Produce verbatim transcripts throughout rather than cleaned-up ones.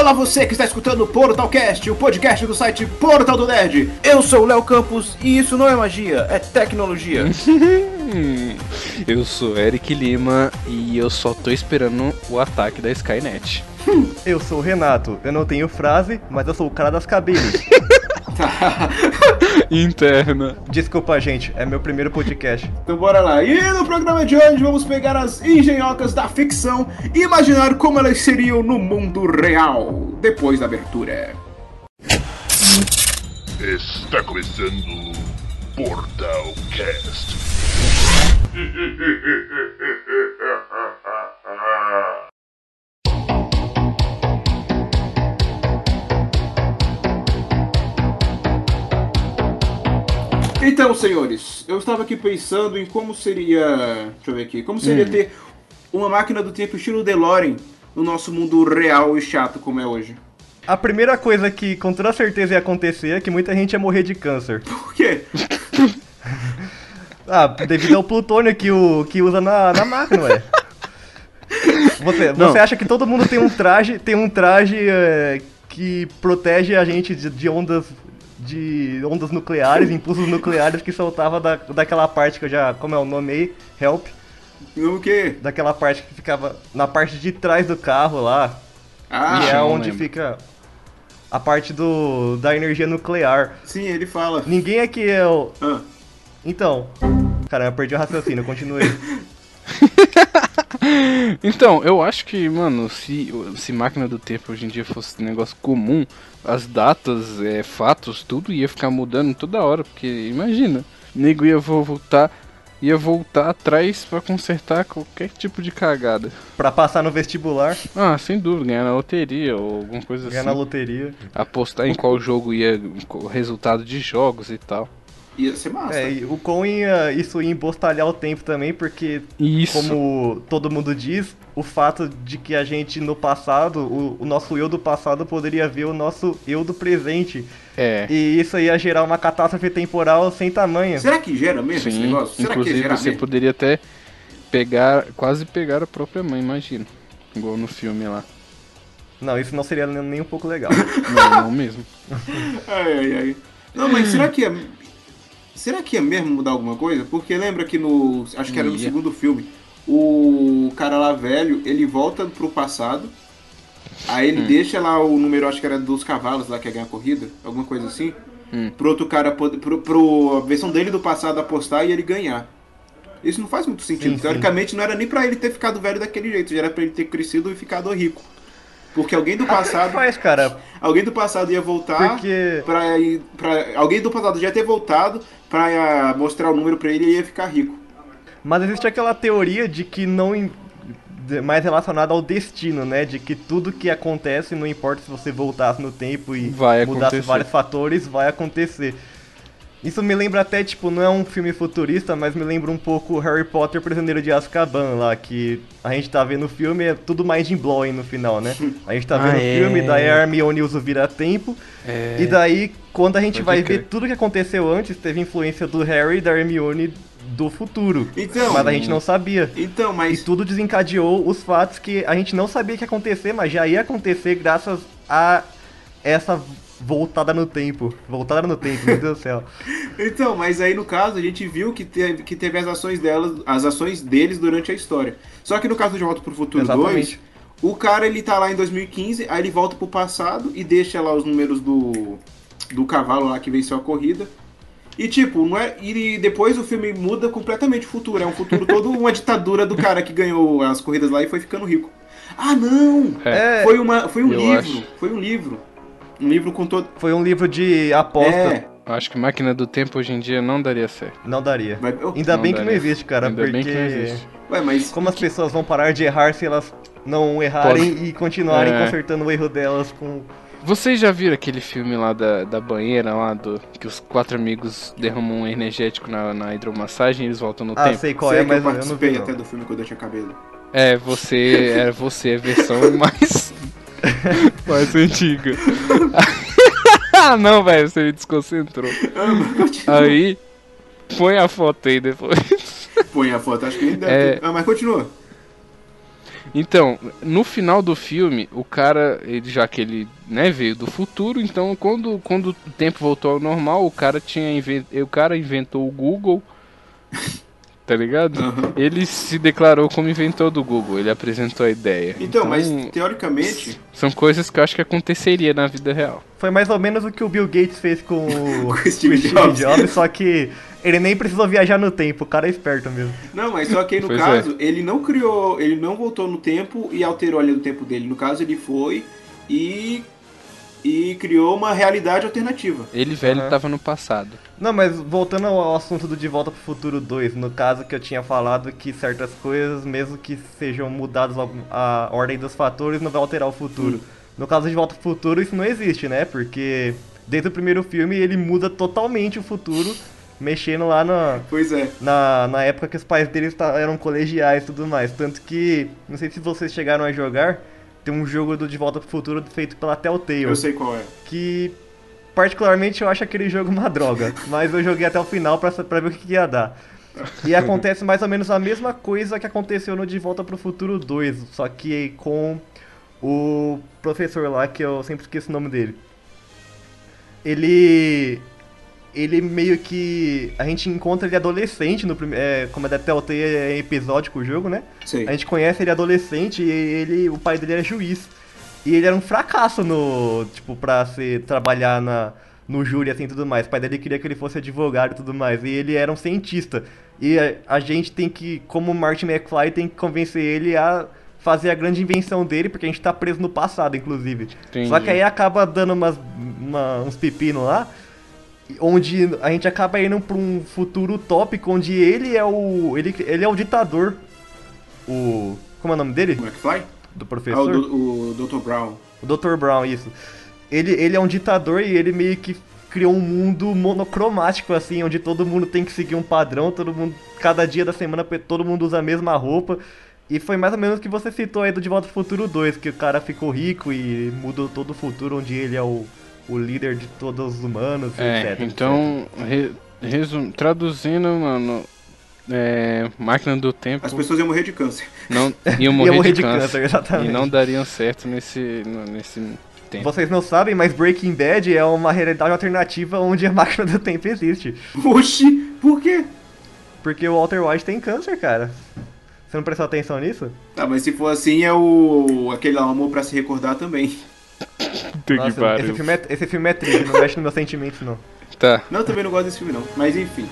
Olá você que está escutando o Portalcast, o podcast do site Portal do Nerd. Eu sou o Léo Campos e isso não é magia, é tecnologia. Eu sou Eric Lima e eu só tô esperando o ataque da Skynet. Eu sou o Renato, eu não tenho frase, mas eu sou o cara das cabines. Interna. Desculpa, gente, é meu primeiro podcast. Então bora lá. E no programa de hoje vamos pegar as engenhocas da ficção e imaginar como elas seriam no mundo real, depois da abertura. Está começando o Portalcast. Então, senhores, eu estava aqui pensando em como seria, deixa eu ver aqui, como seria hum. ter uma máquina do tempo estilo DeLorean no nosso mundo real e chato como é hoje. A primeira coisa que com toda certeza ia acontecer é que muita gente ia morrer de câncer. Por quê? Ah, devido ao plutônio que, o, que usa na, na máquina, ué. Você, você acha que todo mundo tem um traje, tem um traje é, que protege a gente de, de ondas... de ondas nucleares, impulsos nucleares que soltava da, daquela parte que eu já, como é o nome aí, Help. O quê? Daquela parte que ficava na parte de trás do carro lá. Ah, e é onde lembro. fica a parte do da energia nuclear. Sim, ele fala. Ninguém aqui é o... Ah. Então, caramba, eu perdi o raciocínio, continue. Então, eu acho que, mano, se, se máquina do tempo hoje em dia fosse um negócio comum, as datas, é, fatos, tudo ia ficar mudando toda hora, porque imagina, nego ia voltar, ia voltar atrás pra consertar qualquer tipo de cagada. Pra passar no vestibular, Ah, sem dúvida, ganhar na loteria ou alguma coisa ganhar assim. na loteria. Apostar em qual jogo ia, o resultado de jogos e tal. Ia ser massa. É, e o quão ia, isso ia embostalhar o tempo também, porque, Isso. como todo mundo diz, o fato de que a gente no passado, o, o nosso eu do passado poderia ver o nosso eu do presente. É. E isso ia gerar uma catástrofe temporal sem tamanho. Será que gera mesmo esse Sim, negócio? Será inclusive que gera você mesmo? poderia até pegar, quase pegar a própria mãe, imagina. Igual no filme lá. Não, isso não seria nem um pouco legal. Não, não mesmo. Ai, ai, ai. Não, mas será que ia... Será que ia mesmo mudar alguma coisa? Porque lembra que no... Acho que era no Ia. segundo filme. O cara lá velho, ele volta pro passado. Aí ele Hum. deixa lá o número, acho que era dos cavalos lá que ia ganhar a corrida. Alguma coisa assim. Hum. Pro outro cara, poder- pro, pro a versão dele do passado apostar e ele ganhar. Isso não faz muito sentido. Sim, Teoricamente não era nem pra ele ter ficado velho daquele jeito. Já era pra ele ter crescido e ficado rico. Porque alguém do passado... Faz, cara. Alguém do passado ia voltar Porque- pra, ir- pra... Alguém do passado já ia ter voltado pra ah, mostrar o número pra ele e ele ia ficar rico. Mas existe aquela teoria de que não... em- de- mais relacionada ao destino, né? De que tudo que acontece, não importa se você voltasse no tempo e Vai mudasse acontecer. vários fatores, vai acontecer. Isso me lembra até, tipo, não é um filme futurista, mas me lembra um pouco Harry Potter Prisioneiro de Azkaban lá, que a gente tá vendo o filme, é tudo mais de blowing no final, né? A gente tá vendo Ah, o é. filme, daí a Hermione usa o vira-tempo, É. e daí, quando a gente Pode vai crer. ver tudo que aconteceu antes, teve influência do Harry e da Hermione do futuro. Então- mas a gente não sabia. Então, E mas... tudo desencadeou os fatos que a gente não sabia que ia acontecer, mas já ia acontecer graças a essa voltada no tempo. Voltada no tempo, meu Deus do céu. Então, mas aí no caso a gente viu que teve, que teve as ações delas, as ações deles durante a história. Só que no caso de Volta pro Futuro Exatamente. dois, o cara ele tá lá em dois mil e quinze, aí ele volta pro passado e deixa lá os números do, do cavalo lá que venceu a corrida. E tipo, não é, e depois o filme muda completamente o futuro. É um futuro todo uma ditadura do cara que ganhou as corridas lá e foi ficando rico. Ah, não! É. Foi, uma, foi um Eu livro. acho. Foi um livro. Um livro com todo. Foi um livro de aposta. É. Eu acho que máquina do tempo hoje em dia não daria certo. Não daria. Vai- oh, Ainda não bem que não daria. existe, cara, Ainda porque... bem que não existe. Ué, mas. Como as pessoas vão parar de errar se elas não errarem e continuarem É. consertando o erro delas com... Vocês já viram aquele filme lá da, da banheira lá, do que os quatro amigos derramam um energético na, na hidromassagem e eles voltam no Ah, tempo? sei qual Sei é, que mas eu eu não participei vi, não. até do filme quando eu tinha cabelo. É, você, é você, a versão mais, mais antiga. Ah, não, velho, você me desconcentrou. Aí, põe a foto aí depois. Põe a foto, acho que ainda. É. Ah, mas continua. Então, no final do filme, o cara, ele, já que ele, né, veio do futuro, então quando, quando o tempo voltou ao normal, o cara tinha invent... o cara inventou o Google, tá ligado? Uhum. Ele se declarou como inventor do Google, ele apresentou a ideia. Então, mas teoricamente... São coisas que eu acho que aconteceria na vida real. Foi mais ou menos o que o Bill Gates fez com o, Com o Steve com o Jobs. Jobs, só que ele nem precisou viajar no tempo, o cara é esperto mesmo. Não, mas só que aí no Pois caso, ele não criou, ele não voltou no tempo e alterou ali o tempo dele. No caso, ele foi e, e criou uma realidade alternativa. Ele, velho, Aham. tava no passado. Não, mas voltando ao assunto do De Volta pro Futuro dois, no caso que eu tinha falado que certas coisas, mesmo que sejam mudadas a ordem dos fatores, não vai alterar o futuro. No caso de De Volta pro Futuro, isso não existe, né? Porque desde o primeiro filme ele muda totalmente o futuro, mexendo lá na, Pois é. na, na época que os pais deles ta- eram colegiais e tudo mais. Tanto que, não sei se vocês chegaram a jogar, tem um jogo do De Volta pro Futuro feito pela Telltale. Eu sei qual é. Que particularmente eu acho aquele jogo uma droga, mas eu joguei até o final pra, pra ver o que, que ia dar. E acontece mais ou menos a mesma coisa que aconteceu no De Volta pro Futuro dois, só que com o professor lá, que eu sempre esqueço o nome dele. Ele... Ele meio que... A gente encontra ele adolescente, no prime... é, como é da Telltale, é episódico o jogo, né? Sei. A gente conhece ele adolescente e ele, o pai dele era juiz. E ele era um fracasso no, tipo, pra ser, trabalhar na, no júri assim e tudo mais. O pai dele queria que ele fosse advogado e tudo mais. E ele era um cientista. E a, a gente tem que, como Martin McFly, tem que convencer ele a fazer a grande invenção dele, porque a gente tá preso no passado, inclusive. Entendi. Só que aí acaba dando umas, uma- uns pepinos lá, onde a gente acaba indo pra um futuro utópico, onde ele é o. Ele, ele é o ditador. O. Como é o nome dele? McFly? Do Ah, professor? o, do- o doutor Brown. O doutor Brown, isso. Ele, ele é um ditador e ele meio que criou um mundo monocromático, assim, onde todo mundo tem que seguir um padrão, todo mundo, cada dia da semana, todo mundo usa a mesma roupa. E foi mais ou menos o que você citou aí do De Volta pro Futuro dois, que o cara ficou rico e mudou todo o futuro, onde ele é o, o líder de todos os humanos, É, etcétera. então, re, resum, traduzindo, mano, é, máquina do tempo As pessoas iam morrer de câncer. não iam morrer, morrer de, de câncer, câncer, exatamente. e não dariam certo nesse, no- nesse tempo. Vocês não sabem, mas Breaking Bad é uma realidade alternativa onde a máquina do tempo existe. Oxi, por quê? Porque o Walter White tem câncer, cara. Você não prestou atenção nisso? Tá, mas se for assim, é o aquele lá, um Amor Pra Se Recordar também. Puta que Nossa, pariu. esse filme, é, esse filme é triste, não mexe nos meus sentimentos, não. Tá, Não, eu também não gosto desse filme, não. Mas enfim.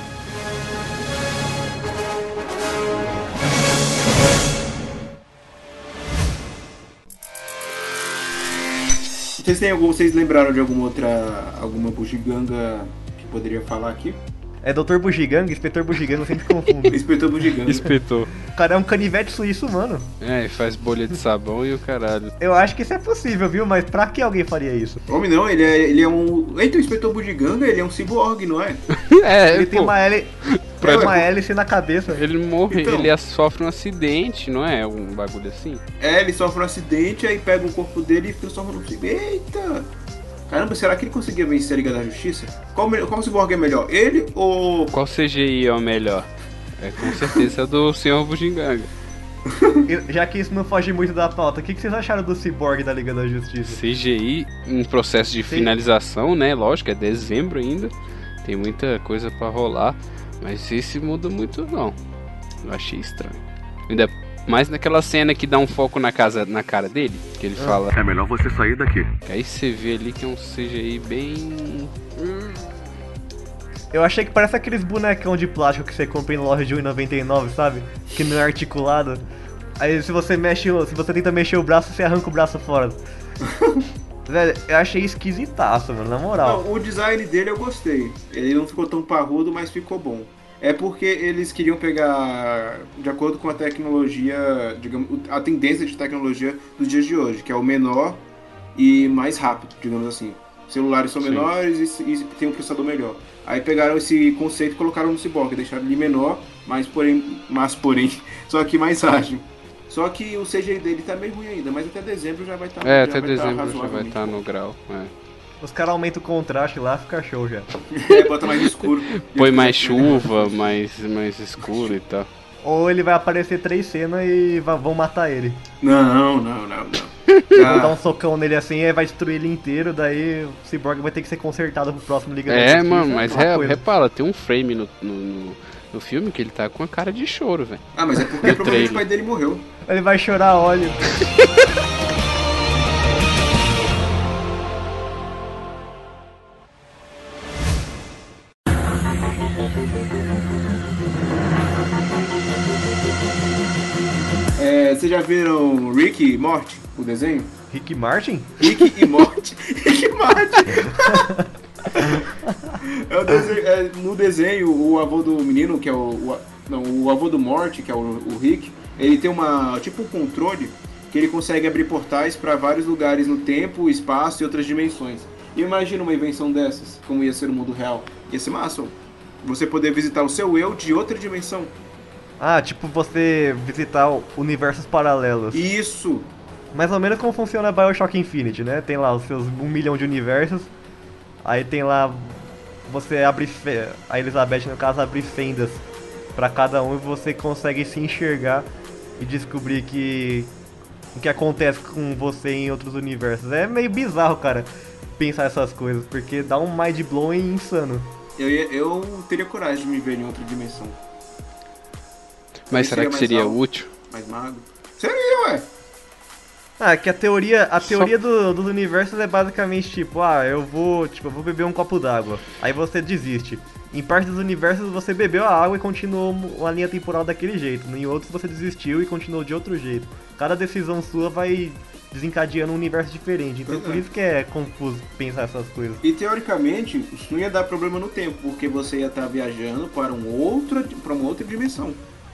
Vocês têm algum, vocês lembraram de alguma outra, alguma bugiganga que poderia falar aqui? É doutor Bugiganga, Inspetor Bugiganga, eu sempre confundo. Inspetor Bugiganga. espetou. O cara é um canivete suíço, mano. É, e faz bolha de sabão e o caralho. Eu acho que isso é possível, viu? Mas pra que alguém faria isso? Homem não, ele é, ele é um... Eita, o Inspetor Bugiganga, ele é um ciborgue, não é? É, Ele pô, tem uma, héli... Pra- tem uma hélice na cabeça. ele morre, Então. ele sofre um acidente, não é? Um bagulho assim? É, ele sofre um acidente, aí pega o corpo dele e transforma no ciborgue. Eita! Caramba, será que ele conseguia vencer a Liga da Justiça? Qual, me- qual ciborgue é melhor? Ele ou... Qual C G I é o melhor? É com certeza do senhor Bugiganga. E- Já que isso não foge muito da pauta, o que que vocês acharam do Cyborg da Liga da Justiça? C G I em processo de finalização, né? Lógico, é dezembro ainda. Tem muita coisa pra rolar. Mas esse muda muito não. Eu achei estranho. Ainda mais naquela cena que dá um foco na, casa, na cara dele. Que ele fala. É melhor você sair daqui. Aí você vê ali que é um C G I bem. Eu achei que parece aqueles bonecão de plástico que você compra em loja de um real e noventa e nove, sabe? Que não é articulado. Aí se você mexe, o- se você tenta mexer o braço, você arranca o braço fora. Velho, eu achei esquisitaço, mano, na moral. Não, o design dele eu gostei. Ele não ficou tão parrudo, mas ficou bom. É porque eles queriam pegar, de acordo com a tecnologia, digamos, a tendência de tecnologia dos dias de hoje, que é o menor e mais rápido, digamos assim. Celulares são Sim. menores e, e tem um processador melhor. Aí pegaram esse conceito e colocaram no Cyborg, deixaram ele menor, mas porém, mas porém, só que mais ágil. Só que o C G I dele tá meio ruim ainda, mas até dezembro já vai estar É, até dezembro já vai estar no grau. É. Os caras aumentam o contraste lá, fica show já. É, bota mais escuro. Põe mais chuva, mais, mais escuro e tal. ou ele vai aparecer três cenas e va- vão matar ele. Não, não, não, não. Vão dar um Ah, socão nele assim e vai destruir ele inteiro, daí o Cyborg vai ter que ser consertado pro próximo Liga da É, Justiça, mano, mas aquela re, coisa. repara, tem um frame no, no, no, no filme que ele tá com a cara de choro, velho. ah, mas é porque No provavelmente o trailer. pai dele morreu. Ele vai chorar óleo. É, vocês já viram Rick e Morty, o desenho? Rick Martin? Rick e Morty. Rick e Morty. É o desenho- é, no desenho, o avô do menino, que é o, o- não, o avô do Morty, que é o, o Rick, ele tem uma tipo um controle que ele consegue abrir portais para vários lugares no tempo, espaço e outras dimensões. E imagina uma invenção dessas, como ia ser o mundo real. Ia ser massa. Ó. Você poder visitar o seu eu de outra dimensão. Ah, tipo você visitar o- universos paralelos. Isso. Mais ou menos como funciona BioShock Infinite, né? Tem lá os seus um milhão de universos. Aí tem lá. Você abre. fe- A Elizabeth, no caso, abre fendas pra cada um e você consegue se enxergar e descobrir que. O que acontece com você em outros universos. É meio bizarro, cara, pensar essas coisas, porque dá um mind blowing insano. Eu, ia- eu teria coragem de me ver em outra dimensão. Mas Ele será seria que mais seria alto. útil? Mais magro. Seria, ué. Ah, que a teoria, a Só- teoria do, dos universos é basicamente tipo, ah, eu vou, tipo, eu vou beber um copo d'água. Aí você desiste. Em parte dos universos você bebeu a água e continuou uma linha temporal daquele jeito. Em outros você desistiu e continuou de outro jeito. Cada decisão sua vai desencadeando um universo diferente. Então Pois por é. isso que é confuso pensar essas coisas. E teoricamente, isso não ia dar problema no tempo, porque você ia estar viajando para, um outro, para uma outra dimensão.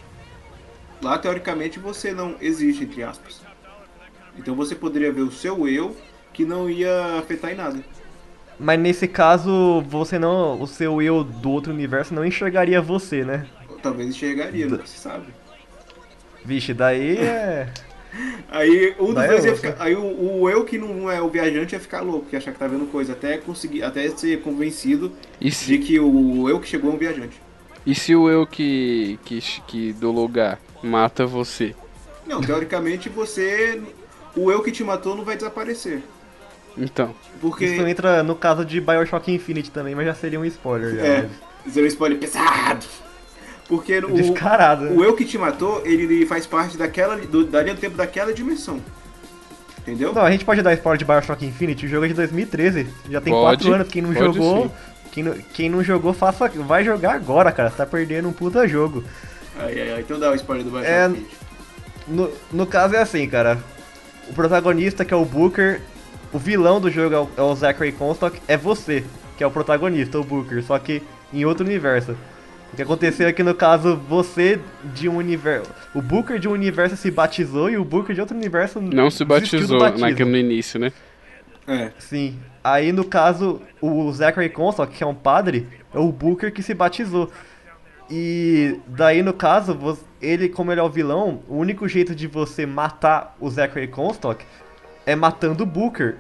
Lá, teoricamente, você não existe, entre aspas. Então você poderia ver o seu eu, que não ia afetar em nada. Mas nesse caso, você não. O seu eu do outro universo não enxergaria você, né? Ou talvez enxergaria, nunca se sabe. Vixe, daí é. Aí um dos Daí é dois ia osso. ficar. Aí o, o eu que não é o viajante ia ficar louco, ia achar que tá vendo coisa, até conseguir, até ser convencido E de se, que o eu que chegou é um viajante. e se o eu que, que, que do lugar mata você? Não, teoricamente você. O eu que te matou não vai desaparecer. Então, Porque. Isso entra no caso de BioShock Infinite também, mas já seria um spoiler já. É, zero spoiler pesado. Porque o, Descarado. o eu que te matou, ele faz parte daquela, do, da linha do tempo daquela dimensão. Entendeu? Não, a gente pode dar spoiler de BioShock Infinite, o jogo é de dois mil e treze, já tem Pode, quatro anos, quem não pode jogou, sim. quem não, quem não jogou, faça, vai jogar agora, cara, você tá perdendo um puta jogo. Ai, ai, ai, então dá o spoiler do Bioshock É, Infinite. No, no caso é assim, cara, o protagonista, que é o Booker, o vilão do jogo é o, é o Zachary Comstock, é você, que é o protagonista, o Booker, só que em outro universo. O que aconteceu é que no caso, você de um universo, o Booker de um universo se batizou e o Booker de outro universo não se desistiu do batizou batismo. naquele no início, né? É. Sim. Aí no caso, o Zachary Comstock, que é um padre, é o Booker que se batizou. E daí no caso, vo- ele, como ele é o vilão, o único jeito de você matar o Zachary Comstock é matando o Booker.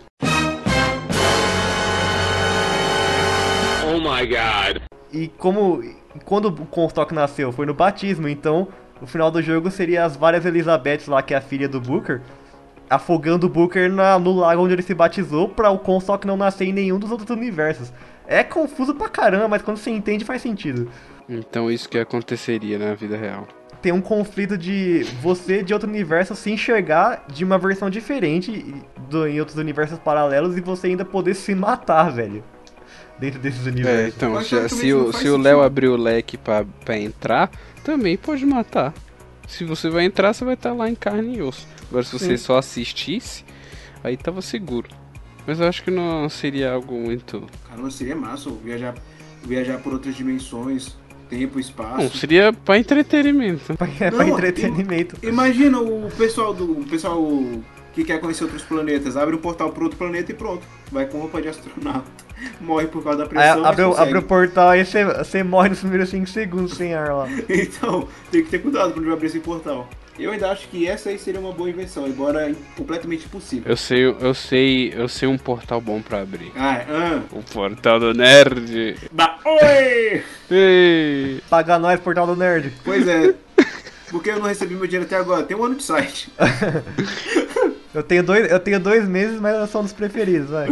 Oh my god. E como quando o Comstock nasceu foi no batismo, então o final do jogo seria as várias Elizabeths lá, que é a filha do Booker, afogando o Booker na- no lago onde ele se batizou pra o Comstock não nascer em nenhum dos outros universos. É confuso pra caramba, mas quando você entende faz sentido. Então isso que aconteceria na vida real. Tem um conflito de você de outro universo se enxergar de uma versão diferente do, em outros universos paralelos e você ainda poder se matar, velho. Dentro desses É, universos. então, Mas se, teoricamente se não o, faz se o sentido. Léo abrir o leque pra, pra entrar, também pode matar. Se você vai entrar, você vai estar lá em carne e osso. Agora, se você Sim. só assistisse, aí tava seguro. Mas eu acho que não seria algo muito... Caramba, seria massa ó, viajar, viajar por outras dimensões, tempo, espaço. Não, seria pra entretenimento. É pra Não, entretenimento. Imagina o pessoal do o pessoal que quer conhecer outros planetas, abre um portal para outro planeta e pronto. Vai com roupa de astronauta. Morre por causa da Aí pressão, mas abre, o- consegue. abre o portal aí você, você morre nos primeiros cinco segundos sem ar lá. Então, tem que ter cuidado quando vai abrir esse portal. Eu ainda acho que essa aí seria uma boa invenção, embora completamente impossível. Eu sei, eu sei, eu sei um portal bom pra abrir. Ah, ah. O portal do nerd. Ba Oi! Ei! Paga nós, portal do nerd. Pois é. Porque eu não recebi meu dinheiro até agora. Tem um ano de site. Eu tenho dois, eu tenho dois meses, mas eu sou um dos preferidos, vai.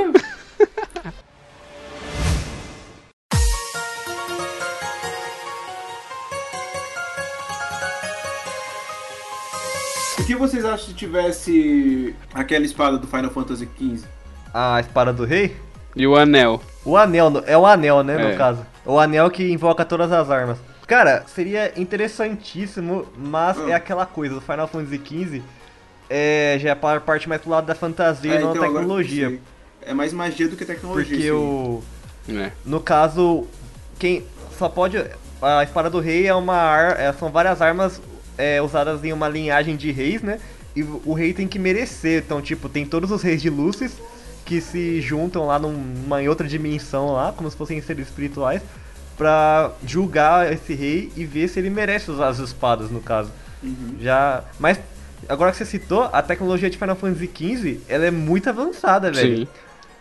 O que vocês acham se tivesse aquela espada do Final Fantasy quinze? A espada do rei? E o anel? O anel, no- é o anel, né, É. no caso. O anel que invoca todas as armas. Cara, seria interessantíssimo, mas Hum. é aquela coisa, o Final Fantasy quinze é, já é a parte mais pro lado da fantasia e não da então, agora tecnologia. eu sei. É mais magia do que tecnologia. Porque sim. o... É. No caso, quem só pode... A espada do rei é uma ar, é, são várias armas é, usadas em uma linhagem de reis, né? E o o rei tem que merecer. Então, tipo, tem todos os reis de Lucis que se juntam lá numa em outra dimensão lá, como se fossem seres espirituais, pra julgar esse rei e ver se ele merece usar as espadas, no caso. Uhum. Já... Mas, agora que você citou, a tecnologia de Final Fantasy quinze, ela é muito avançada, velho. Sim.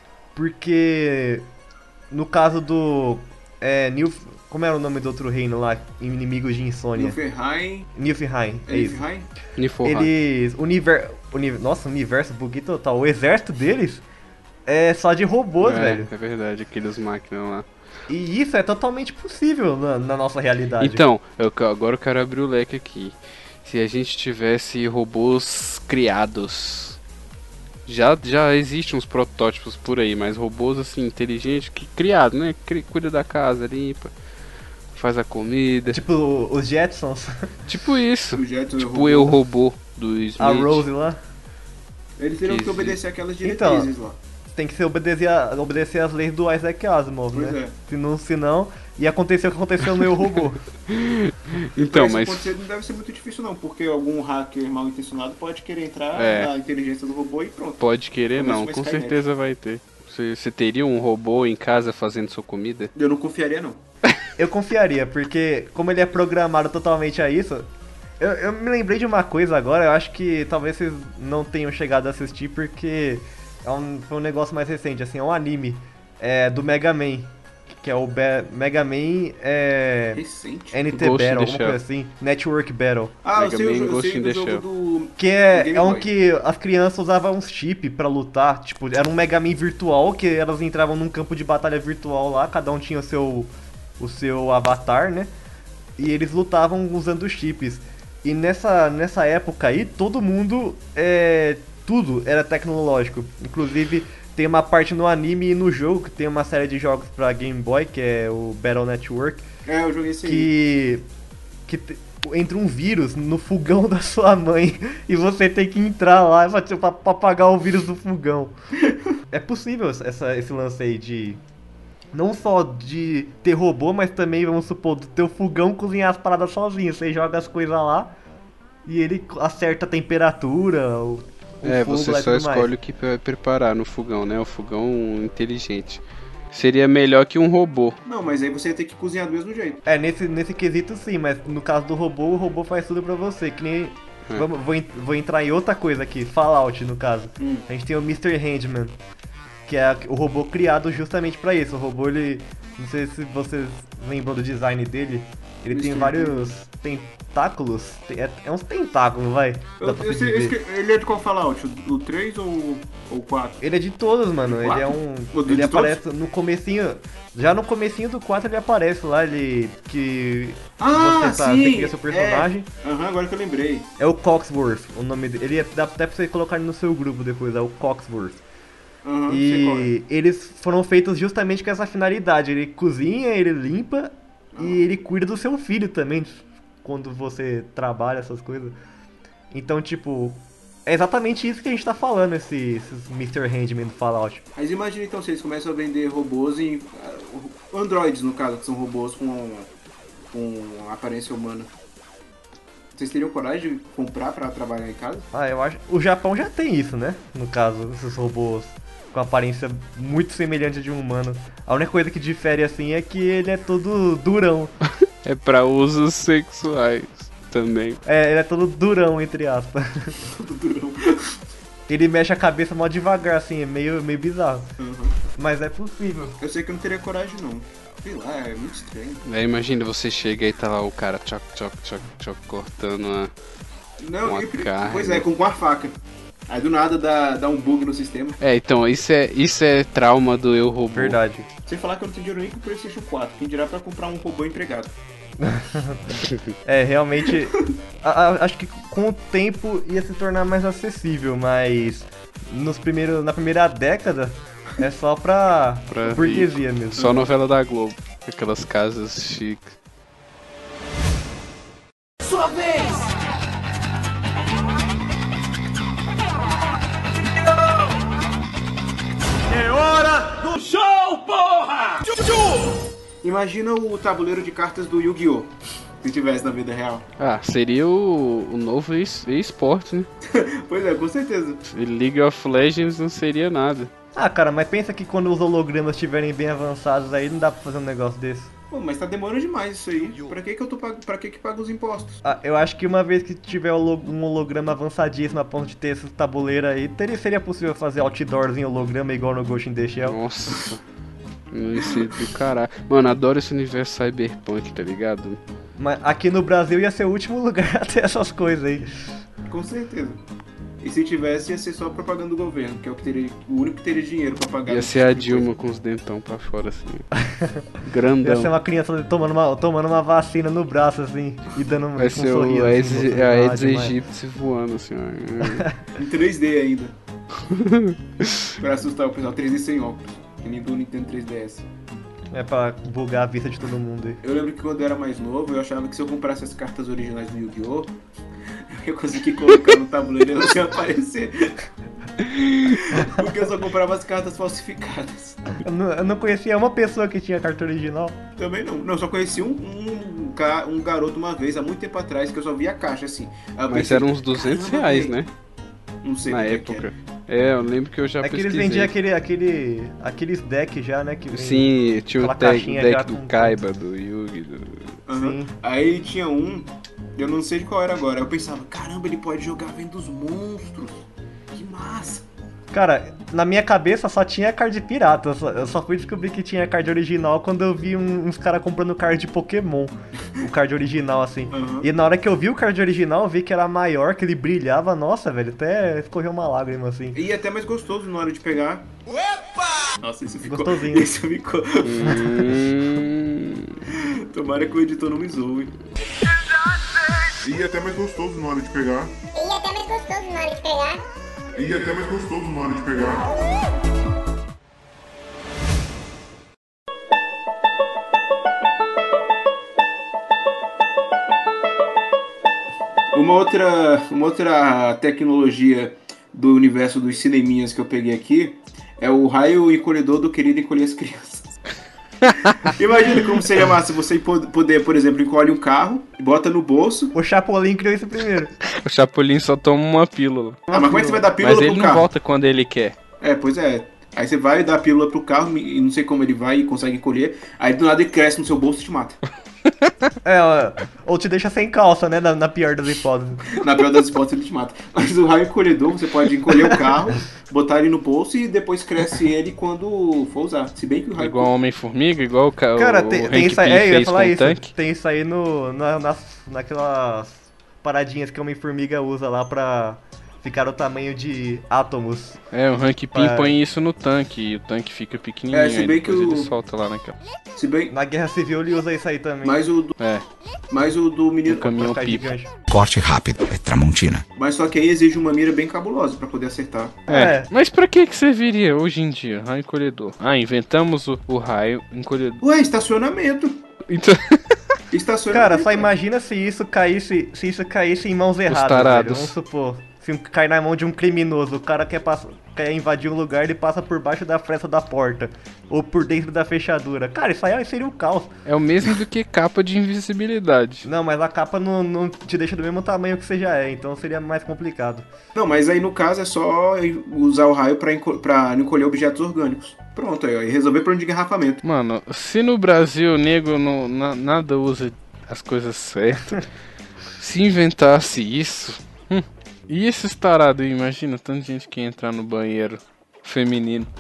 Porque no caso do é, Nilf... Como era o nome do outro reino lá? Inimigos de insônia. Nilfheim. Nilfheim, é isso. Nilfheim? Niflheim. Eles... Univer... Uni... Nossa, universo buguei total. O exército deles é só de robôs, é, velho. É verdade, aqueles máquinas lá. E isso é totalmente possível na, na nossa realidade. Então, eu, agora eu quero abrir o leque aqui. Se a gente tivesse robôs criados... Já, já existem uns protótipos por aí, mas robôs assim, inteligentes, que criados, né? Cri- Cuida da casa, limpa, faz a comida. Tipo, Tipo, os Jetsons, isso. O Jetson e o Tipo robô. eu, robô do Smith. a Rose lá. Eles teriam que Que obedecer aquelas Então, diretrizes lá. Tem que ser obedecer, a- obedecer as leis do Isaac Asimov, Pois né? é. Se não, se não, ia acontecer o que aconteceu no Eu Robô. Então, Pra mas... isso acontecer não deve ser muito difícil não, porque algum hacker mal intencionado pode querer entrar É. na inteligência do robô e pronto. Pode querer Começa não, uma com Skynet. certeza vai ter. Você, você teria um robô em casa fazendo sua comida? Eu não confiaria não. Eu confiaria, porque como ele é programado totalmente a isso, eu, eu me lembrei de uma coisa agora, eu acho que talvez vocês não tenham chegado a assistir porque é um, foi um negócio mais recente, assim, é um anime é, do Mega Man, que é o Be- Mega Man é, Recente. N T Ghost in Battle, the alguma Shell. coisa assim, Network Battle. Ah, eu Mega sei, o Man jo- eu Ghost sei in do the jogo Shell. do... Que é, Game é um Boy. que as crianças usavam uns chips pra lutar, tipo, era um Mega Man virtual, que elas entravam num campo de batalha virtual lá, cada um tinha o seu, o seu avatar, né? E eles lutavam usando os chips. E nessa, nessa época aí, todo mundo, é, tudo era tecnológico. Inclusive, tem uma parte no anime e no jogo, que tem uma série de jogos pra Game Boy, que é o Battle Network, É, eu joguei esse aí. que, que te- entra um vírus no fogão da sua mãe e você tem que entrar lá pra, pra, pra apagar o vírus do fogão. É possível essa, esse lance aí de... Não só de ter robô, mas também, vamos supor, do teu fogão cozinhar as paradas sozinho. Você joga as coisas lá e ele acerta a temperatura, o, o É, fogo você lá e só tudo mais. escolhe o que vai preparar no fogão, né? O fogão inteligente. Seria melhor que um robô. Não, mas aí você ia ter que cozinhar do mesmo jeito. É, nesse, nesse quesito sim, mas no caso do robô, o robô faz tudo pra você, que nem... É. Vamos, vou, en- vou entrar em outra coisa aqui, Fallout no caso. Hum. A gente tem o mister Handman, que é o robô criado justamente pra isso. O robô, ele... Não sei se vocês lembram do design dele. Ele tem mister vários tentáculos. Tem- É, é uns tentáculos, vai. Eu, Dá pra eu se sei, eu dizer. esque- ele é de qual Fallout? O, o três ou o quatro? Ele é de todos, mano. Ele é um. O de Ele todos? aparece no comecinho. Já no comecinho do quatro ele aparece lá, ele. Que. Ah, você, tá, sim! você cria seu personagem. É. Aham, agora que eu lembrei. É o Coxworth, o nome dele. Ele é, dá até pra você colocar no seu grupo depois, é o Coxworth. Aham, sei qual é. E eles foram feitos justamente com essa finalidade. Ele cozinha, ele limpa e ele cuida do seu filho também, quando você trabalha essas coisas. Então, tipo, é exatamente isso que a gente tá falando, esse, esses mister Handman do Fallout. Mas imagina então se eles começam a vender robôs em. ah, androides, no caso, que são robôs com, com aparência humana. Vocês teriam coragem de comprar pra trabalhar em casa? Ah, eu acho. O Japão já tem isso, né? No caso, esses robôs com aparência muito semelhante a de um humano. A única coisa que difere assim é que ele é todo durão. É pra usos sexuais também. É, ele é todo durão, entre aspas. Tudo durão. Ele mexe a cabeça mó devagar, assim, é meio, meio bizarro. Uhum. Mas é possível. Eu sei que eu não teria coragem, não. Sei lá, é muito estranho. Aí imagina, você chega e tá lá o cara tchoc, tchoc, tchoc, tchoc, cortando a... Não, Com a e- carne. pois é, com, com a faca. Aí do nada dá, dá um bug no sistema. É, então, isso é, isso é trauma do Eu Robô. Verdade. Sem falar que eu não tenho dinheiro nem pro PlayStation quatro. Quem dirá pra comprar um robô empregado. É, realmente, a- a- acho que com o tempo ia se tornar mais acessível, mas nos primeiros, na primeira década é só pra, Pra burguesia mesmo. Só novela da Globo. Aquelas casas chiques. Imagina o tabuleiro de cartas do Yu-Gi-Oh! Se tivesse na vida real. Ah, seria o, o novo es- esporte, né? Pois é, com certeza. E League of Legends não seria nada. Ah, cara, mas pensa que quando os hologramas estiverem bem avançados aí, não dá pra fazer um negócio desse. Pô, mas tá demorando demais isso aí. Pra que que eu tô pag... pra que que paga os impostos? Ah, eu acho que uma vez que tiver holo- um holograma avançadíssimo a ponto de ter esses tabuleiros aí, teria, seria possível fazer outdoors em holograma igual no Ghost in the Shell. Nossa. Isso do caralho. Mano, adoro esse universo cyberpunk, tá ligado? Mas aqui no Brasil ia ser o último lugar a ter essas coisas aí. Com certeza. E se tivesse, ia ser só propaganda do governo, que é o, que teria, o único que teria dinheiro pra pagar. Ia esse ser a tipo de coisa. Dilma com os dentão pra fora, assim. Ia Grandão. ser uma criança tomando uma, tomando uma vacina no braço, assim, e dando um, Vai um ser sorriso. o assim, Aedes, mostrando, a "Ah, Aedes demais." aegypti voando, assim, ó. Em três D ainda. Pra assustar o pessoal, três D sem óculos. Que nem do Nintendo três D S. É pra bugar a vista de todo mundo aí. Eu lembro que quando eu era mais novo, eu achava que se eu comprasse as cartas originais do Yu-Gi-Oh! Eu ia conseguir colocar no tabuleiro e elas iam aparecer. Porque eu só comprava as cartas falsificadas. Eu não, eu não conhecia uma pessoa que tinha carta original. Também não. Não, eu só conheci um, um, ca- um garoto uma vez, há muito tempo atrás, que eu só via a caixa assim. Aí eu Mas pensei, eram uns duzentos "Caramba, reais, velho." né? Não sei Na quanto é que época. era. É, eu lembro que eu já É que eles pesquisei. vendiam aquele, aquele, aqueles decks já, né? Que vem- Sim, tinha o aquela deck, caixinha o deck já do com- Kaiba, do Yugi, do... Aham. Sim. Aí tinha um, eu não sei de qual era agora. Eu pensava, caramba, ele pode jogar vendo os monstros. Que massa. Cara, na minha cabeça só tinha card pirata. Eu só, eu só fui descobrir que tinha card original quando eu vi um- uns caras comprando card de Pokémon. O card original, assim. Uhum. E na hora que eu vi o card original, eu vi que era maior, que ele brilhava. Nossa, velho, até escorreu uma lágrima, assim. E até mais gostoso na hora de pegar. Nossa, isso ficou. Gostosinho. Isso ficou. Hum... Tomara que o editor não me zoe. E até mais gostoso na hora de pegar. E até mais gostoso na hora de pegar. E até mais gostoso na hora de pegar. Uma outra, uma outra tecnologia do universo dos cineminhas que eu peguei aqui é o raio encolhedor do Querido Encolher as Crianças. Imagina como seria massa você po- poder, por exemplo, encolhe um carro, bota no bolso. O Chapolin criou isso primeiro. O Chapolin só toma uma pílula. Ah, mas como é que você vai dar pílula Mas ele pro não carro? volta quando ele quer. É, pois é. Aí você vai dar a pílula pro carro e não sei como ele vai e consegue encolher. Aí do nada ele cresce no seu bolso e te mata. É, ó, ou te deixa sem calça, né? Na, na pior das hipóteses. Na pior das hipóteses ele te mata. Mas o raio encolhedor você pode encolher o carro, botar ele no bolso e depois cresce ele quando for usar. Se bem que o raio Igual Homem-Formiga, igual o, ca- Cara, o tem, Hank tem isso aí, Pym é, eu ia fez falar com o isso. tanque. Tem isso aí no, na, nas, naquelas paradinhas que o Homem-Formiga usa lá pra ficar o tamanho de átomos. É, o Hank Pym É. põe isso no tanque e o tanque fica pequenininho, É, se aí bem que depois o- ele solta lá naquela. Se bem. Na Guerra Civil ele usa isso aí também. Mas o do, É, mas o do menino. o caminhão pra ficar pipa. gigante. Corte rápido, é Tramontina. Mas só que aí exige uma mira bem cabulosa pra poder acertar. É. É. Mas pra que que serviria hoje em dia, raio encolhedor? Ah, inventamos o, o raio encolhedor. Ué, estacionamento. Então, Estacionamento. Cara, só imagina se isso caísse, se isso caísse em mãos erradas, tarados. velho. Vamos supor, se cair na mão de um criminoso, o cara quer, passa, quer invadir um lugar, ele passa por baixo da fresta da porta, ou por dentro da fechadura. Cara, isso aí seria um caos. é o mesmo do que capa de invisibilidade. Não, mas a capa não, não te deixa do mesmo tamanho que você já é, então seria mais complicado. Não, mas aí no caso é só usar o raio pra, enco... pra encolher objetos orgânicos. Pronto, aí, ó, e resolver problema de engarrafamento. Mano, se no Brasil o nego não, na- nada usa as coisas certas, se inventasse isso... hum, e esses tarados aí, imagina, tanta gente que ia entrar no banheiro feminino.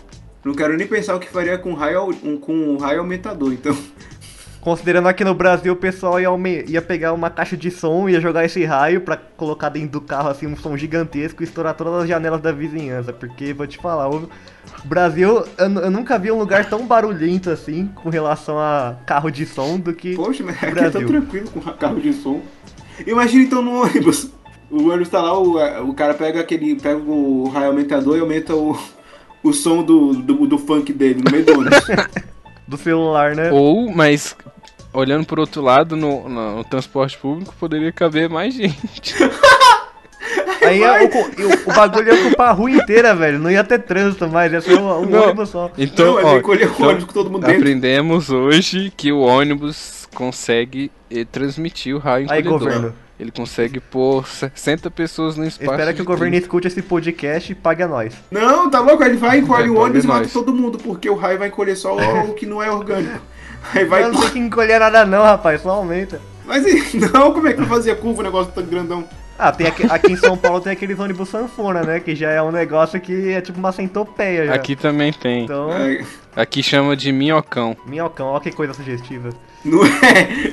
Não quero nem pensar o que faria com raio, um, com um raio aumentador, então. Considerando aqui no Brasil, o pessoal ia, aume- ia pegar uma caixa de som, ia jogar esse raio pra colocar dentro do carro, assim, um som gigantesco e estourar todas as janelas da vizinhança. Porque, vou te falar, o Brasil, eu, eu nunca vi um lugar tão barulhento, assim, com relação a carro de som do que Poxa, mas o aqui é tão Brasil. tranquilo com carro de som. Imagina então no ônibus. O ônibus tá lá, o, o cara pega aquele. Pega o raio aumentador e aumenta o, o som do, do, do funk dele no meio do ônibus. Do celular, né? Ou, mas olhando por outro lado, no, no, no transporte público poderia caber mais gente. Aí ia- o, o, o bagulho ia ocupar a rua inteira, velho. Não ia ter trânsito mais, ia ser um, um Não. ônibus só. Então, Não, mas ó, ele colheu o então, ônibus com todo mundo dentro. aprendemos hoje que o ônibus consegue eh, transmitir o raio Aí, encolhedor. governo. Ele consegue pôr sessenta pessoas no espaço. Espera que de o governo trinta. escute esse podcast e pague a nós. Não, tá louco? Ele vai, encolhe É, o ônibus e nós. mata todo mundo, porque o raio vai encolher só o que não é orgânico. Aí vai. Não, não tem que encolher nada não, rapaz, só aumenta. Mas e- não, como é que vai fazer a curva o negócio tão grandão? Ah, tem aqui, aqui em São Paulo tem aqueles ônibus sanfona, né? Que já é um negócio que é tipo uma centopeia já. Aqui também tem. Então, É, Aqui chama de minhocão. minhocão, ó que coisa sugestiva. não é.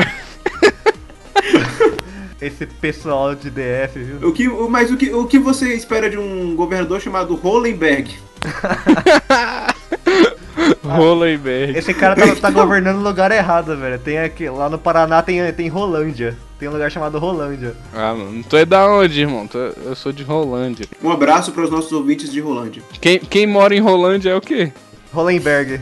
Esse pessoal de D F, viu? O que, o- mas o que, o que você espera de um governador chamado Hollenberg? Hollenberg. Esse cara tá, tá governando no lugar errado, velho. Tem aqui, lá no Paraná tem, tem Rolândia. Tem um lugar chamado Rolândia. Ah, mano, tu é da onde, irmão? Tu é- Eu sou de Rolândia. Um abraço para os nossos ouvintes de Rolândia. Quem, quem mora em Rolândia é o quê? Hollenberg.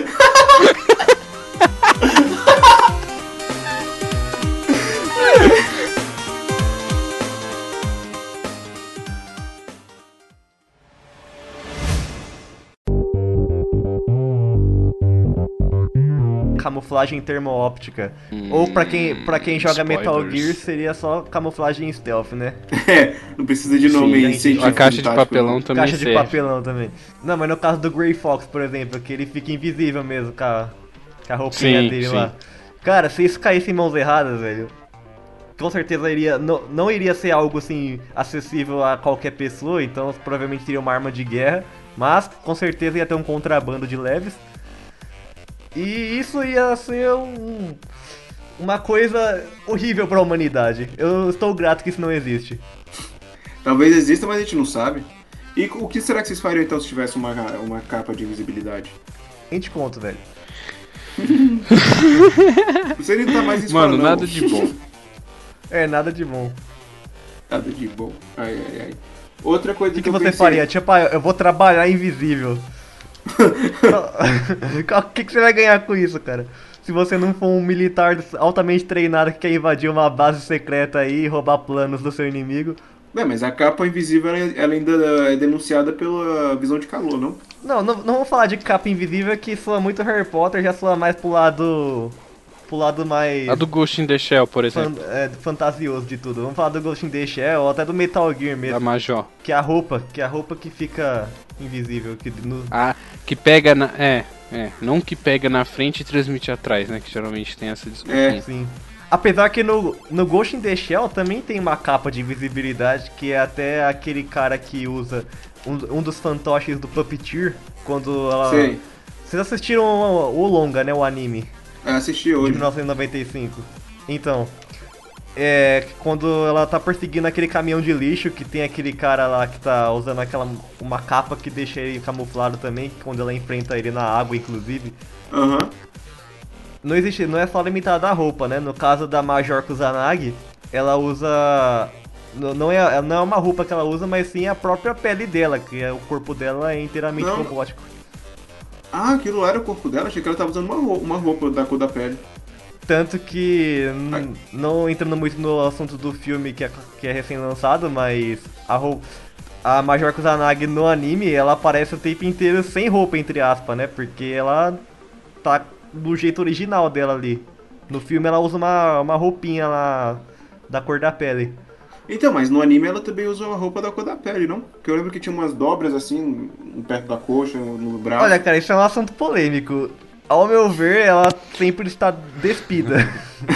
Camuflagem termo-óptica. Ou pra quem, pra quem joga Metal spoilers. Gear seria só camuflagem stealth, né? É, não precisa de nome Sim, científico. a caixa de tático, papelão não. também Caixa de serve. papelão também. Não, mas no caso do Grey Fox, por exemplo, que ele fica invisível mesmo com a, com a roupinha Sim, dele sim. lá. Cara, se isso caísse em mãos erradas, velho, com certeza iria, não, não iria ser algo assim acessível a qualquer pessoa, então provavelmente seria uma arma de guerra, mas com certeza ia ter um contrabando de leves. E isso ia ser um, uma coisa horrível pra humanidade. Eu estou grato que isso não existe. Talvez exista, mas a gente não sabe. E o que será que vocês fariam então se tivesse uma, uma capa de invisibilidade? A gente conta, velho. Você nem tá mais Mano, não. nada de bom. É, nada de bom. Nada de bom. Ai, ai, ai. Outra coisa O que, que, que eu você pensei... faria? Tipo, ah, eu vou trabalhar invisível. O que, que você vai ganhar com isso, cara? Se você não for um militar altamente treinado que quer invadir uma base secreta aí e roubar planos do seu inimigo. Bem, mas a capa invisível ela, ela ainda é denunciada pela visão de calor, não? Não, não, não vou falar de capa invisível que soa muito Harry Potter, já soa mais pro lado. pro lado mais. A do Ghost in the Shell, por fan- exemplo. é, fantasioso de tudo. Vamos falar do Ghost in the Shell ou até do Metal Gear Da mesmo. Major. Que é a roupa, que é a roupa que fica invisível. Que no... Ah, que pega na... É, é. Não que pega na frente e transmite atrás, né? Que geralmente tem essa desculpinha. Sim. Apesar que no, no Ghost in the Shell também tem uma capa de invisibilidade, que é até aquele cara que usa um, um dos fantoches do Puppeteer, quando ela... Sei. Vocês assistiram o, o longa, né, o anime, Eu assisti de hoje. mil novecentos e noventa e cinco. Então, é quando ela tá perseguindo aquele caminhão de lixo, que tem aquele cara lá que tá usando aquela uma capa que deixa ele camuflado também, quando ela enfrenta ele na água, inclusive. Aham. Não existe, não é só limitada a roupa, né? No caso da Major Kusanagi, ela usa n- não é, não é uma roupa que ela usa, mas sim a própria pele dela, que é, o corpo dela é inteiramente Não. robótico. Ah, aquilo lá era o corpo dela? Achei que ela tava usando uma roupa, uma roupa da cor da pele. Tanto que, n- Ai. não entrando muito no assunto do filme que é, que é recém-lançado, mas a roupa, a Major Kusanagi no anime, ela aparece o tempo inteiro sem roupa, entre aspas, né? Porque ela tá do jeito original dela ali. No filme ela usa uma, uma roupinha lá da cor da pele. Então, mas no anime ela também usa uma roupa da cor da pele, não? Porque eu lembro que tinha umas dobras assim, perto da coxa, no, no braço. Olha, cara, isso é um assunto polêmico. Ao meu ver, ela sempre está despida.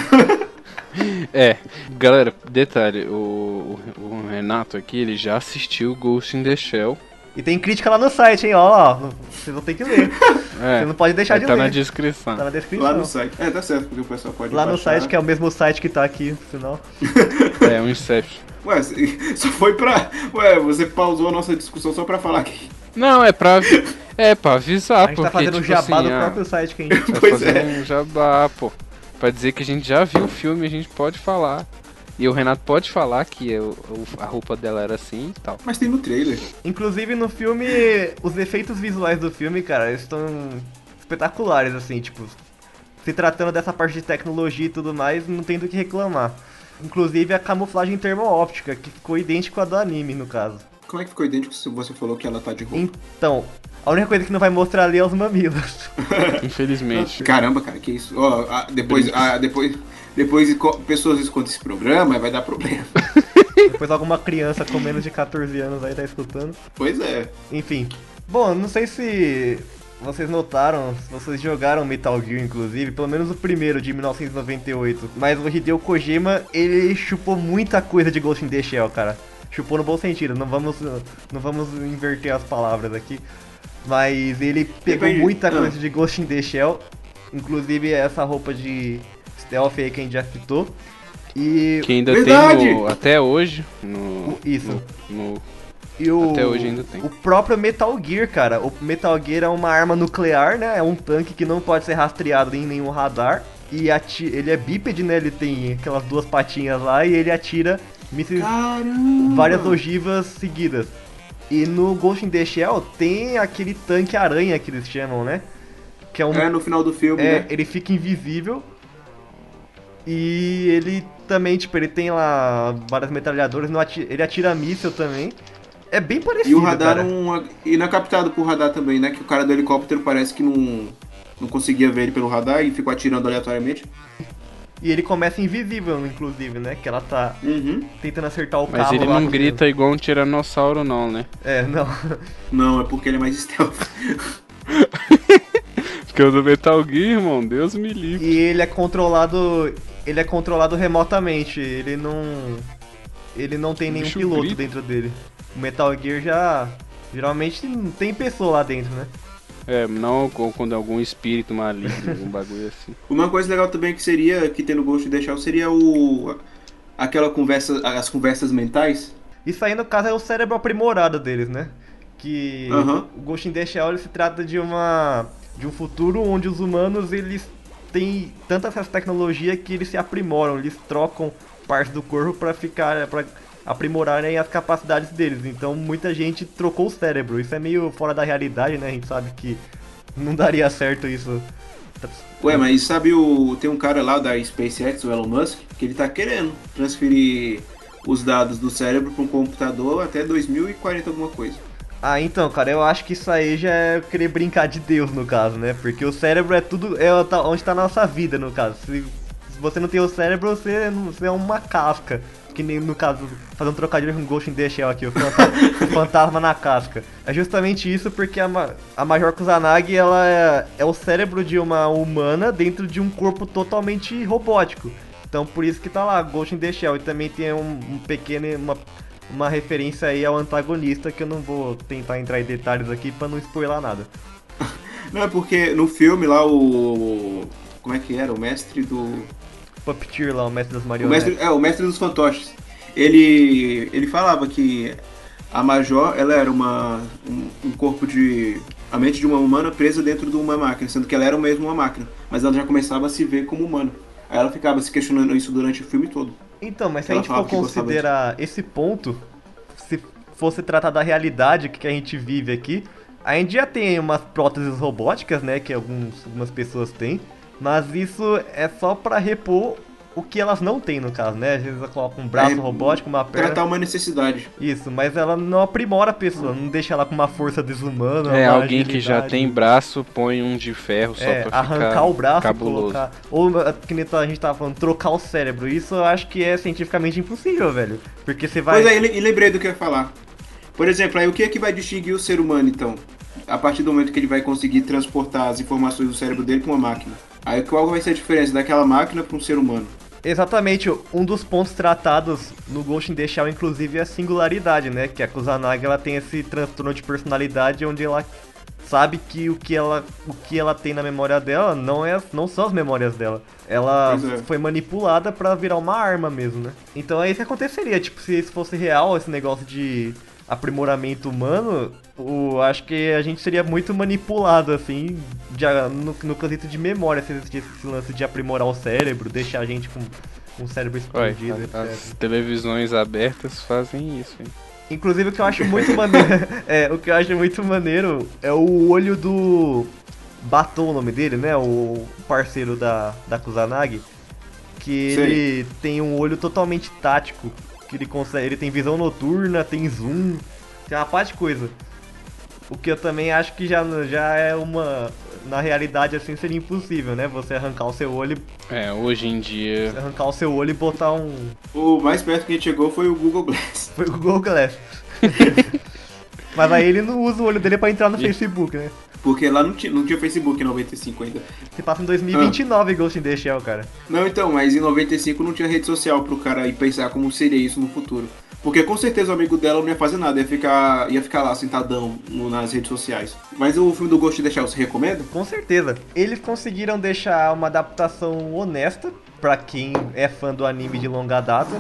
É, galera, detalhe, o, o- o Renato aqui, ele já assistiu Ghost in the Shell E tem crítica lá no site, hein, ó. Vocês vão ter que ler. É, Você não pode deixar de tá ler. na descrição. Tá na descrição. Lá no site. É, tá certo, porque o pessoal pode Lá no baixar. site, que é o mesmo site que tá aqui, no final. É, um Inception. Ué, só foi pra... Ué, você pausou a nossa discussão só pra falar que... Não, é pra, é pra avisar, A gente porque, tá fazendo um tipo jabá assim, do ah, próprio site que a gente... vai Pois fazer é. um jabá, pô. Pra dizer que a gente já viu o filme, a gente pode falar. E o Renato pode falar que eu- o- a roupa dela era assim e tal. Mas tem no trailer. Inclusive no filme, os efeitos visuais do filme, cara, eles estão espetaculares, assim, tipo, se tratando dessa parte de tecnologia e tudo mais, não tem do que reclamar. Inclusive a camuflagem termo-óptica, que ficou idêntico à do anime, no caso. Como é que ficou idêntico se você falou que ela tá de roupa? Então, a única coisa que não vai mostrar ali é os mamilos. Infelizmente. Caramba, cara, que isso? Ó, ah, depois, ah, depois, depois enco- pessoas escutam esse programa, vai dar problema. Depois alguma criança com menos de catorze anos aí tá escutando. Pois é. Enfim. Bom, não sei se vocês notaram, se vocês jogaram Metal Gear, inclusive, pelo menos o primeiro de mil novecentos e noventa e oito. Mas o Hideo Kojima, ele chupou muita coisa de Ghost in the Shell, cara. Chupou no bom sentido, não vamos, não vamos inverter as palavras aqui. Mas ele pegou Depende- muita ah. coisa de Ghost in the Shell. Inclusive essa roupa de stealth aí que a gente já citou. E Que ainda Verdade! tem no, até hoje. No, O- isso. No, no- E o, Até hoje ainda tem. O próprio Metal Gear, cara. O Metal Gear é uma arma nuclear, né? É um tanque que não pode ser rastreado em nenhum radar. E ati- ele é bípede, né? Ele tem aquelas duas patinhas lá e ele atira mísseis, Caramba! várias ogivas seguidas. E no Ghost in the Shell tem aquele tanque aranha que eles chamam, né? Que é um. É, no final do filme, É, né? ele fica invisível. E ele também, tipo, ele tem lá várias metralhadoras, no ati- ele atira míssil também. É bem parecido, E o radar cara. não. E não é captado por radar também, né? Que o cara do helicóptero parece que não. Não conseguia ver ele pelo radar e ficou atirando aleatoriamente. E ele começa invisível, inclusive, né? Que ela tá Uhum. tentando acertar o mas carro ele lá não com- grita igual um tiranossauro, não, né? É, não. Não, é porque ele é mais stealth. Porque o do Metal Gear, irmão, Deus me livre. E ele é controlado. Ele é controlado remotamente. Ele não. Ele não tem nenhum bicho piloto grita. dentro dele. O Metal Gear já. Geralmente não tem pessoa lá dentro, né? É, não ou quando é algum espírito maligno, algum bagulho assim. Uma coisa legal também que seria, que tem no Ghost in the Shell, seria o. Aquela conversa. As conversas mentais. Isso aí, no caso, é o cérebro aprimorado deles, né? Que Aham. o Ghost in the Shell ele se trata de uma de um futuro onde os humanos eles têm tanta essa tecnologia que eles se aprimoram, eles trocam partes do corpo para ficar para aprimorarem as capacidades deles. Então muita gente trocou o cérebro. Isso é meio fora da realidade, né? A gente sabe que não daria certo isso. Ué, mas sabe o. Tem um cara lá da SpaceX, o Elon Musk, que ele tá querendo transferir os dados do cérebro para um computador até dois mil e quarenta alguma coisa. Ah, então, cara, eu acho que isso aí já é querer brincar de Deus, no caso, né? Porque o cérebro é tudo. É o- tá- onde tá a nossa vida, no caso. Se, se você não tem o cérebro, você, não- você é uma casca. Que nem no caso, fazer um trocadilho com Ghost in the Shell aqui, o fantasma, o fantasma na casca. É justamente isso porque a, Ma- a Major Kusanagi, ela é, é o cérebro de uma humana dentro de um corpo totalmente robótico. Então por isso que tá lá, Ghost in the Shell. E também tem um, um pequeno, uma, uma referência aí ao antagonista, que eu não vou tentar entrar em detalhes aqui pra não spoiler nada. Não, é porque no filme lá o. Como é que era? O mestre do. Puppeteer lá, o mestre das O marionetes. mestre, é, o mestre dos fantoches. Ele, ele falava que a Major, ela era uma, um, um corpo de... A mente de uma humana presa dentro de uma máquina, sendo que ela era mesmo uma máquina. Mas ela já começava a se ver como humana. Aí ela ficava se questionando isso durante o filme todo. Então, mas se a Ela gente for falava que gostava considerar esse ponto, se fosse tratar da realidade que a gente vive aqui, a gente já tem umas próteses robóticas, né, que alguns, algumas pessoas têm, mas isso é só pra repor o que elas não têm, no caso, né? Às vezes ela coloca um braço É, robótico, uma perna... Tratar uma necessidade. Isso, mas ela não aprimora a pessoa, não deixa ela com uma força desumana. É, uma alguém que já agilidade. tem braço, põe um de ferro só É, pra arrancar ficar o braço, cabuloso. colocar. Ou, que nem a gente tava falando, trocar o cérebro. Isso eu acho que é cientificamente impossível, velho. Porque você vai. Pois é, e lembrei do que eu ia falar. Por exemplo, aí o que é que vai distinguir o ser humano, então? A partir do momento que ele vai conseguir transportar as informações do cérebro dele pra uma máquina. Aí qual vai ser a diferença daquela máquina para um ser humano? Exatamente, um dos pontos tratados no Ghost in the Shell, inclusive, é a singularidade, né? Que a Kusanagi, ela tem esse transtorno de personalidade onde ela sabe que o que ela, o que ela tem na memória dela não, é, não são as memórias dela. Ela Pois é. foi manipulada pra virar uma arma mesmo, né? Então é isso que aconteceria, tipo, se isso fosse real, esse negócio de aprimoramento humano, o, acho que a gente seria muito manipulado, assim, de, no, no quesito de memória, se existisse esse lance de aprimorar o cérebro, deixar a gente com, com o cérebro Ué, expandido, as, etcétera. as televisões abertas fazem isso, hein? Inclusive, o que eu acho muito maneiro, é, o que eu acho muito maneiro é o olho do Batou, o nome dele, né? O parceiro da, da Kusanagi, que Sei. ele tem um olho totalmente tático, que ele consegue, ele tem visão noturna, tem zoom, tem uma parte de coisa. O que eu também acho que já, já é uma, na realidade assim seria impossível, né? Você arrancar o seu olho, É, hoje em dia. arrancar o seu olho e botar um O mais perto que a gente chegou foi o Google Glass. foi o Google Glass. Mas aí ele não usa o olho dele pra entrar no Facebook, né? Porque lá não tinha, não tinha Facebook em noventa e cinco ainda. Se passa em dois mil e vinte e nove Ghost in the Shell, cara. Não, então, mas em noventa e cinco não tinha rede social pro cara ir pensar como seria isso no futuro. Porque com certeza o amigo dela não ia fazer nada, ia ficar, ia ficar lá sentadão no- nas redes sociais. Mas o filme do Ghost in the Shell, você recomenda? Com certeza. Eles conseguiram deixar uma adaptação honesta pra quem é fã do anime de longa data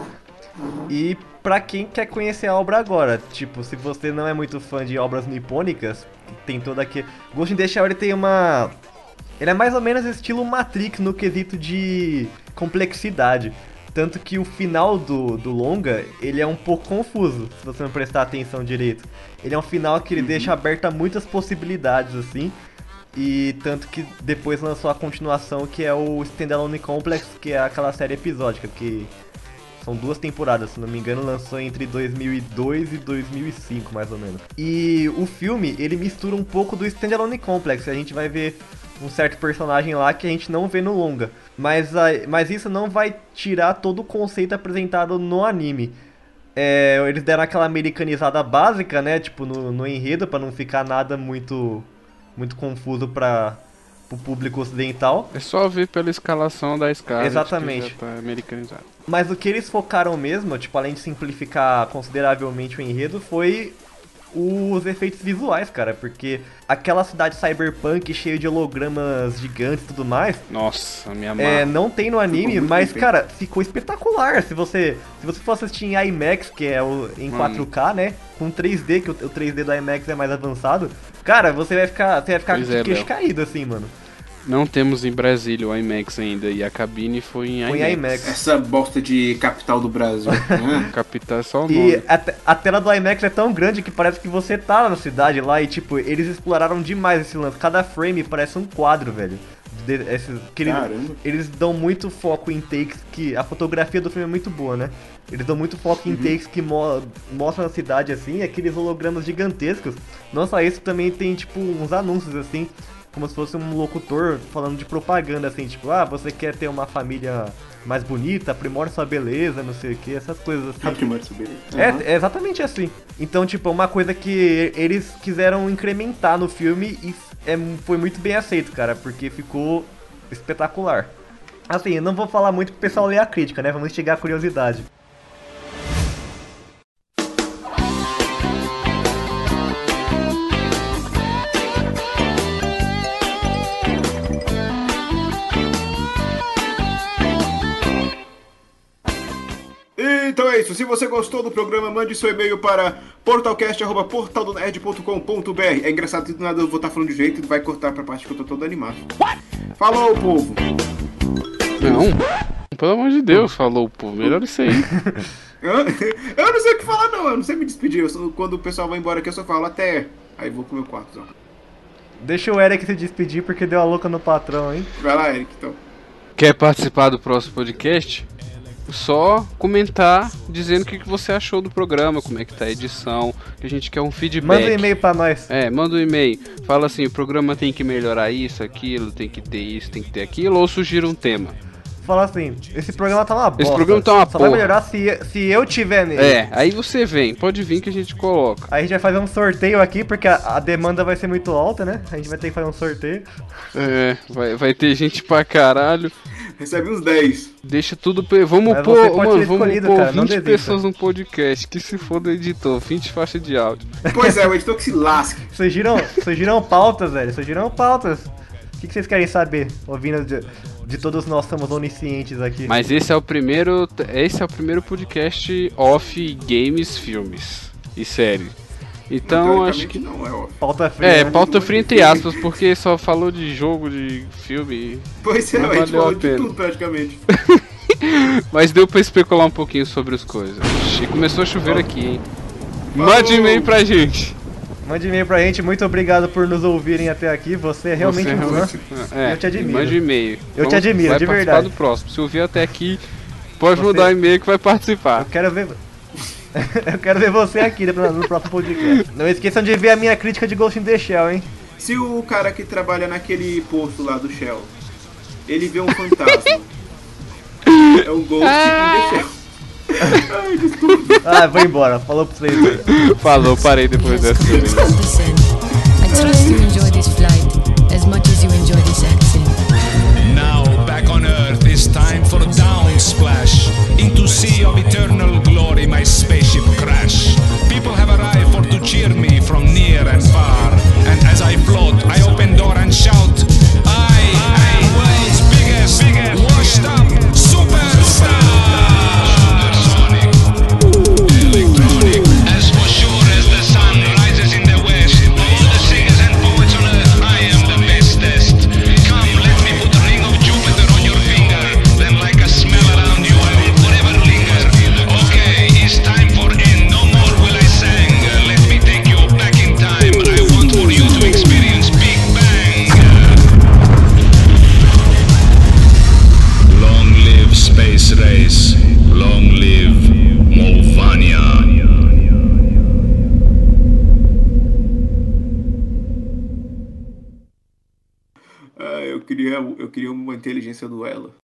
e pra quem quer conhecer a obra agora. Tipo, se você não é muito fã de obras nipônicas, tem toda aqui. Ghost in the Shell, ele tem uma... Ele é mais ou menos estilo Matrix no quesito de complexidade. Tanto que o final do, do longa, ele é um pouco confuso, se você não prestar atenção direito. Ele é um final que ele deixa aberta muitas possibilidades, assim. E tanto que depois lançou a continuação, que é o Standalone Complex, que é aquela série episódica, que são duas temporadas, se não me engano, lançou entre dois mil e dois e dois mil e cinco, mais ou menos. E o filme, ele mistura um pouco do Standalone Complex, a gente vai ver um certo personagem lá que a gente não vê no longa. Mas, a, mas isso não vai tirar todo o conceito apresentado no anime. É, eles deram aquela americanizada básica, né, tipo, no, no enredo, pra não ficar nada muito, muito confuso para o público ocidental. É só ver pela escalação da Scarlet. Exatamente. Que já tá americanizado. Mas o que eles focaram mesmo, tipo, além de simplificar consideravelmente o enredo, foi os efeitos visuais, cara, porque aquela cidade cyberpunk cheia de hologramas gigantes e tudo mais, Nossa, minha é, mãe. não tem no anime, muito mas, bem feito. cara, ficou espetacular. Se você, se você for assistir em IMAX, que é o, em Hum. quatro K, né, com três D, que o, o três D do IMAX é mais avançado, cara, você vai ficar, você vai ficar Pois de é, queixo Léo. caído, assim, mano. Não temos em Brasília o IMAX ainda. E a cabine foi em Foi IMAX. em IMAX. Essa bosta de capital do Brasil. né? Capital é só o E nome. a, te- a tela do IMAX é tão grande que parece que você tá na cidade lá e, tipo, eles exploraram demais esse lance. Cada frame parece um quadro, velho. De, esses, que eles, Caramba. eles dão muito foco em takes que... A fotografia do filme é muito boa, né? Eles dão muito foco em takes que mo mostram a cidade, assim, aqueles hologramas gigantescos. Não só isso, também tem, tipo, uns anúncios, assim, como se fosse um locutor falando de propaganda, assim, tipo, ah, você quer ter uma família mais bonita, aprimora sua beleza, não sei o que, essas coisas assim. Aprimora sua beleza. É, Uhum. é exatamente assim. Então, tipo, é uma coisa que eles quiseram incrementar no filme e é, foi muito bem aceito, cara, porque ficou espetacular. Assim, eu não vou falar muito pro pessoal ler a crítica, né? Vamos instigar a curiosidade. Então é isso. Se você gostou do programa, mande seu e-mail para portalcast arroba portal do nerd ponto com ponto b r. É engraçado que do nada eu vou estar falando de jeito e vai cortar pra parte que eu tô todo animado. Falou, povo! Não. Pelo amor de Deus, falou, pô. Melhor isso aí. Eu eu não sei o que falar, não. Eu não sei me despedir. Eu só- quando o pessoal vai embora aqui, eu só falo até. Aí vou pro meu quarto. Ó. Deixa o Eric se despedir porque deu a louca no patrão, hein? Vai lá, Eric, então. Quer participar do próximo podcast? Só comentar dizendo o que que você achou do programa, como é que tá a edição, que a gente quer um feedback. Manda um e-mail pra nós. É, manda um e-mail. Fala assim, o programa tem que melhorar isso, aquilo, tem que ter isso, tem que ter aquilo, ou sugira um tema. Fala assim, esse programa tá uma bosta. Esse programa tá uma Só vai porra. melhorar se, se eu tiver nele. É, aí você vem, pode vir que a gente coloca. Aí a gente vai fazer um sorteio aqui, porque a, a demanda vai ser muito alta, né? A gente vai ter que fazer um sorteio. É, vai, vai ter gente pra caralho. Recebe uns dez. Deixa tudo. Pe... Vamos Mas pôr, você pode mano, ser vamos escolhido, pôr cara, não vinte desista. pessoas no podcast. Que se foda o editor, vinte faixas de áudio. Pois é, o editor que se lasque. Surgiram, surgiram pautas, velho. Surgiram pautas. O que, que vocês querem saber? Ouvindo de, de todos nós somos oniscientes aqui. Mas esse é o primeiro. Esse é o primeiro podcast off games, filmes e série. Então acho que. Não, é óbvio. Pauta fria. É, né? pauta fria entre aspas, porque só falou de jogo, de filme. Pois é, Não a gente valeu falou a de pena. tudo praticamente. Mas deu pra especular um pouquinho sobre as coisas. Ixi, começou a chover aqui, hein? Mande e-mail pra gente. Mande e-mail pra gente. Muito obrigado por nos ouvirem até aqui. Você é realmente Você um fã. realmente- é, Eu te admiro. Mande um e-mail. Eu te Vamos- admiro, vai de participar verdade. do próximo. Se ouvir até aqui, pode Você- mandar e-mail que vai participar. Eu quero ver. Eu quero ver você aqui depois no próximo podcast. Não esqueçam de ver a minha crítica de Ghost in the Shell, hein? Se o cara que trabalha naquele posto lá do Shell, ele vê um fantasma. É um Ghost in the Shell. Ai, desculpa. Ah, vou embora. Falou pra vocês. Falou, parei depois dessa vez. I trust you enjoy this flight as much as you enjoy this accent. Now, back on Earth, it's time for a down splash. Into sea of eternal glory, my spaceship crash. People have arrived for to cheer me from near and far. And as I float, I open door and shout, I am world's biggest, biggest washed up superstar. Supersonic, electronic, as for sure as the sun rises in the west. Of all the singers and poets on earth, I am the bestest. Come, let me put the ring of Jupiter on your finger. Then like a smell around you, I will forever linger. Okay, it's time for end, no more will I sing. Let me take you back in time. I want for you to experience Big Bang. Long live space race. Long live Mulvania. Ah, eu queria, eu queria uma inteligência do Ela.